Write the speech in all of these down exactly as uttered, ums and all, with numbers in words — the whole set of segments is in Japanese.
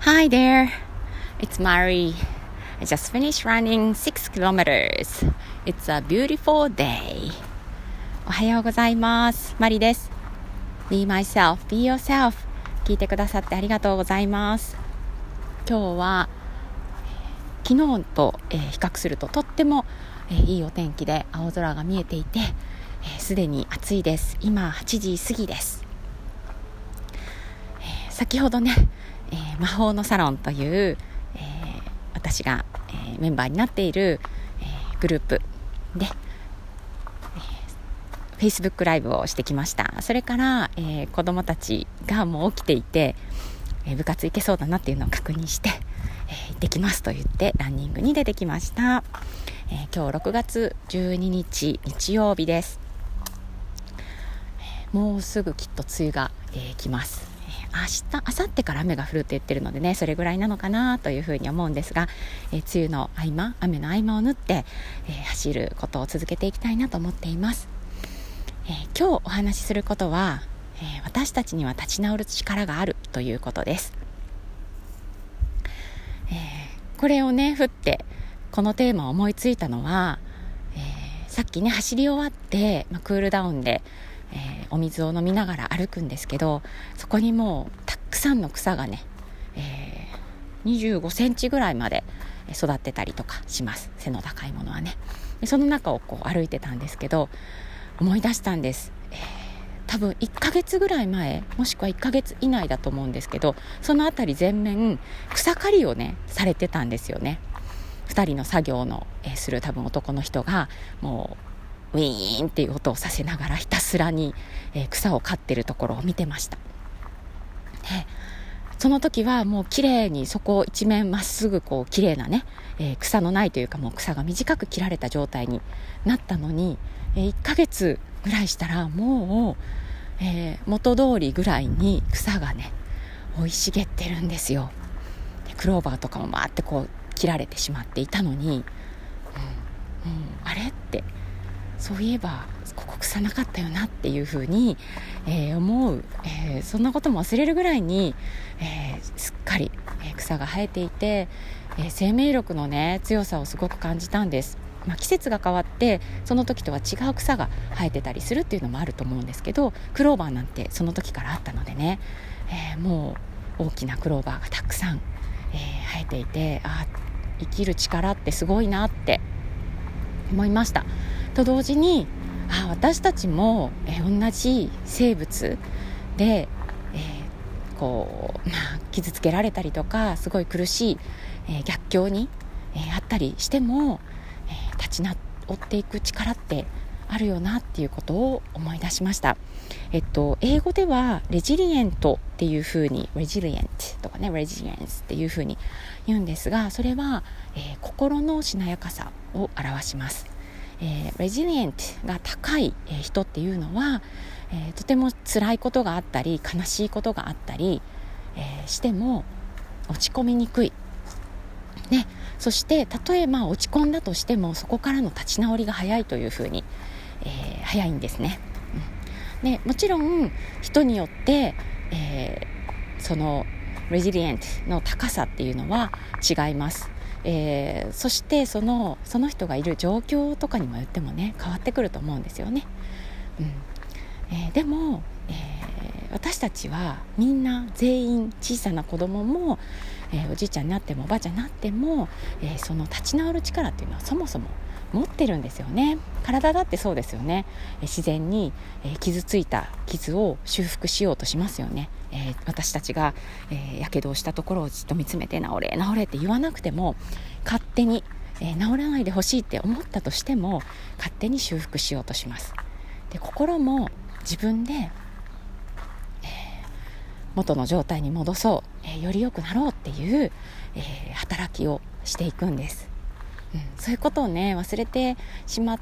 Hi there, it's Mari. I just finished running six kilometers. It's a beautiful day. おはようございます。マリです。Be myself, be yourself. 聞いてくださってありがとうございます。今日は昨日と、えー、比較するととっても、えー、いいお天気で青空が見えていて、すで、えー、に暑いです。今はちじ過ぎです。えー、先ほどね、えー、魔法のサロンという、えー、私が、えー、メンバーになっている、えー、グループで、えー、Facebook ライブをしてきました。それから、えー、子どもたちがもう起きていて、えー、部活行けそうだなっていうのを確認して、えー、行ってきますと言ってランニングに出てきました。えー、今日ろくがつじゅうににち日曜日です。えー、もうすぐきっと梅雨が、えー、来ます。明日、明後日から雨が降るって言ってるのでね、それぐらいなのかなというふうに思うんですが、えー、梅雨の合間、雨の合間を縫って、えー、走ることを続けていきたいなと思っています。えー、今日お話しすることは、えー、私たちには立ち直る力があるということです。えー、これをね、振ってこのテーマを思いついたのは、えー、さっきね走り終わって、まあ、クールダウンでえー、お水を飲みながら歩くんですけど、そこにもうたくさんの草がね、えー、にじゅうごセンチぐらいまで育ってたりとかします。背の高いものはね。でその中をこう歩いてたんですけど、思い出したんです。えー、多分いっかげつぐらい前、もしくはいっかげつ以内だと思うんですけど、そのあたり全面草刈りをねされてたんですよね。ふたりの作業の、えー、する多分男の人がもうウィーンっていう音をさせながらひたすらに、えー、草を刈ってるところを見てました。でその時はもう綺麗にそこ一面まっすぐこう綺麗なね、えー、草のないというかもう草が短く切られた状態になったのに、えー、いっかげつぐらいしたらもう、えー、元通りぐらいに草がね生い茂ってるんですよ。でクローバーとかもバーってこう切られてしまっていたのに、うんうん、あれってそういえばここ草なかったよなっていうふうに、えー、思う、えー、そんなことも忘れるぐらいに、えー、すっかり、えー、草が生えていて、えー、生命力のね強さをすごく感じたんです。まあ、季節が変わってその時とは違う草が生えてたりするっていうのもあると思うんですけど、クローバーなんてその時からあったのでね、えー、もう大きなクローバーがたくさん、えー、生えていて、あ生きる力ってすごいなって思いました。と同時にあ私たちも、えー、同じ生物で、えーこうまあ、傷つけられたりとかすごい苦しい、えー、逆境に、えー、あったりしても、えー、立ち直っていく力ってあるよなっていうことを思い出しました。えっと、英語ではレジリエントっていうふうにレジリエントとかねレジリエンスっていうふうに言うんですが、それは、えー、心のしなやかさを表します。えー、レジリエントが高い、えー、人っていうのは、えー、とても辛いことがあったり悲しいことがあったり、えー、しても落ち込みにくい、ね、そしてたとえまあ落ち込んだとしてもそこからの立ち直りが早いというふうに、えー、早いんですね、うん、でもちろん人によって、えー、そのレジリエントの高さっていうのは違います。えー、そしてその、その人がいる状況とかにもよってもね変わってくると思うんですよね、うんえー、でも、えー、私たちはみんな全員小さな子供も、えー、おじいちゃんになってもおばあちゃんになっても、えー、その立ち直る力っていうのはそもそも持ってるんですよね。体だってそうですよね。えー、自然に、えー、傷ついた傷を修復しようとしますよね。えー、私たちが、えー、やけどをしたところをじっと見つめて治れ治れって言わなくても勝手に、えー、治らないでほしいって思ったとしても勝手に修復しようとします。で心も自分で、えー、元の状態に戻そう、えー、より良くなろうっていう、えー、働きをしていくんです、うん、そういうことをね忘れてしまって、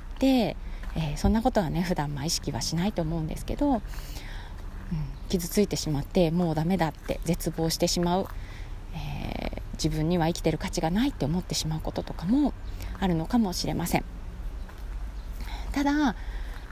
えー、そんなことはね普段まあ意識はしないと思うんですけど、うん、傷ついてしまってもうダメだって絶望してしまう、えー、自分には生きてる価値がないって思ってしまうこととかもあるのかもしれません。ただ、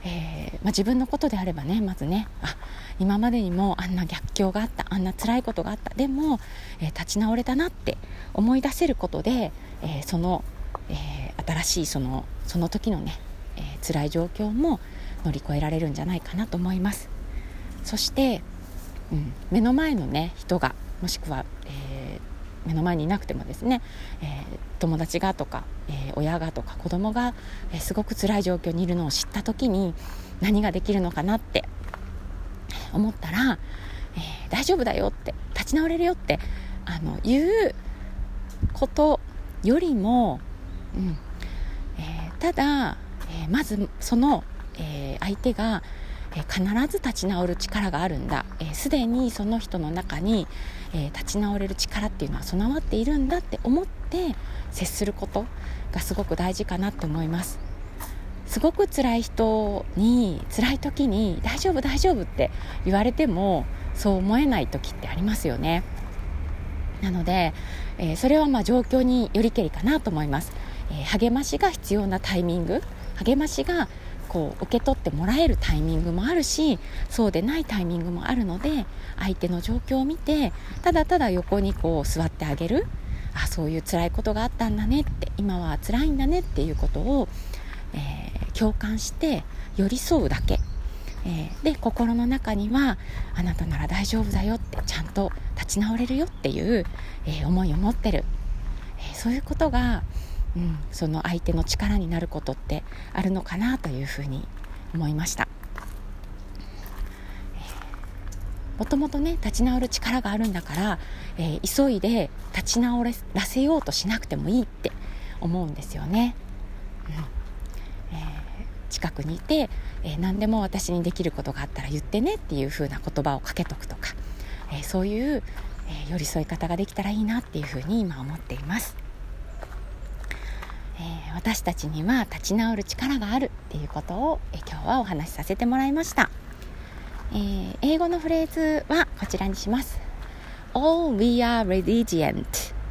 えーまあ、自分のことであればね、まずね、あ、今までにもあんな逆境があった、あんな辛いことがあった、でも、えー、立ち直れたなって思い出せることで、えー、その、えー、新しいその、その時のね、えー、辛い状況も乗り越えられるんじゃないかなと思います。そして、うん、目の前のね人が、もしくは、えー、目の前にいなくてもですね、えー、友達がとか、えー、親がとか子供が、えー、すごく辛い状況にいるのを知った時に何ができるのかなって思ったら、えー、大丈夫だよって、立ち直れるよってあの言うことよりも、うんえー、ただ、えー、まずその、えー、相手がえー、必ず立ち直る力があるんだ、すで、えー、にその人の中に、えー、立ち直れる力っていうのは備わっているんだって思って接することがすごく大事かなって思います。すごく辛い人に、辛い時に大丈夫大丈夫って言われてもそう思えない時ってありますよね。なので、えー、それはまあ状況によりけりかなと思います。えー、励ましが必要なタイミング、励ましがこう受け取ってもらえるタイミングもあるし、そうでないタイミングもあるので、相手の状況を見てただただ横にこう座ってあげる、あ、そういう辛いことがあったんだねって、今は辛いんだねっていうことを、えー、共感して寄り添うだけ、えー、で心の中にはあなたなら大丈夫だよって、ちゃんと立ち直れるよっていう、えー、思いを持ってる、えー、そういうことがうん、その相手の力になることってあるのかなというふうに思いました。もともとね、立ち直る力があるんだから、えー、急いで立ち直らせようとしなくてもいいって思うんですよね。うんえー、近くにいて、えー、何でも私にできることがあったら言ってねっていうふうな言葉をかけとくとか、えー、そういう、えー、寄り添い方ができたらいいなっていうふうに今思っています。えー、私たちには立ち直る力があるっていうことを、えー、今日はお話しさせてもらいました。えー、英語のフレーズはこちらにします。 All we are resilient。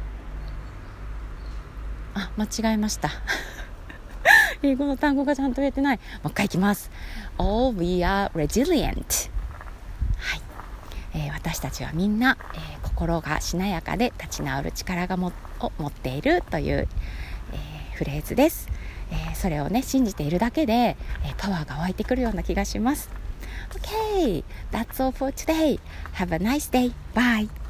あ、間違えました英語の単語がちゃんと言えてない。もう一回いきます。 All we are resilient。 はい、えー、私たちはみんな、えー、心がしなやかで立ち直る力がもを持っているというフレーズです。えー、それをね信じているだけで、えー、パワーが湧いてくるような気がします。Okay, that's all for today. Have a nice day. Bye.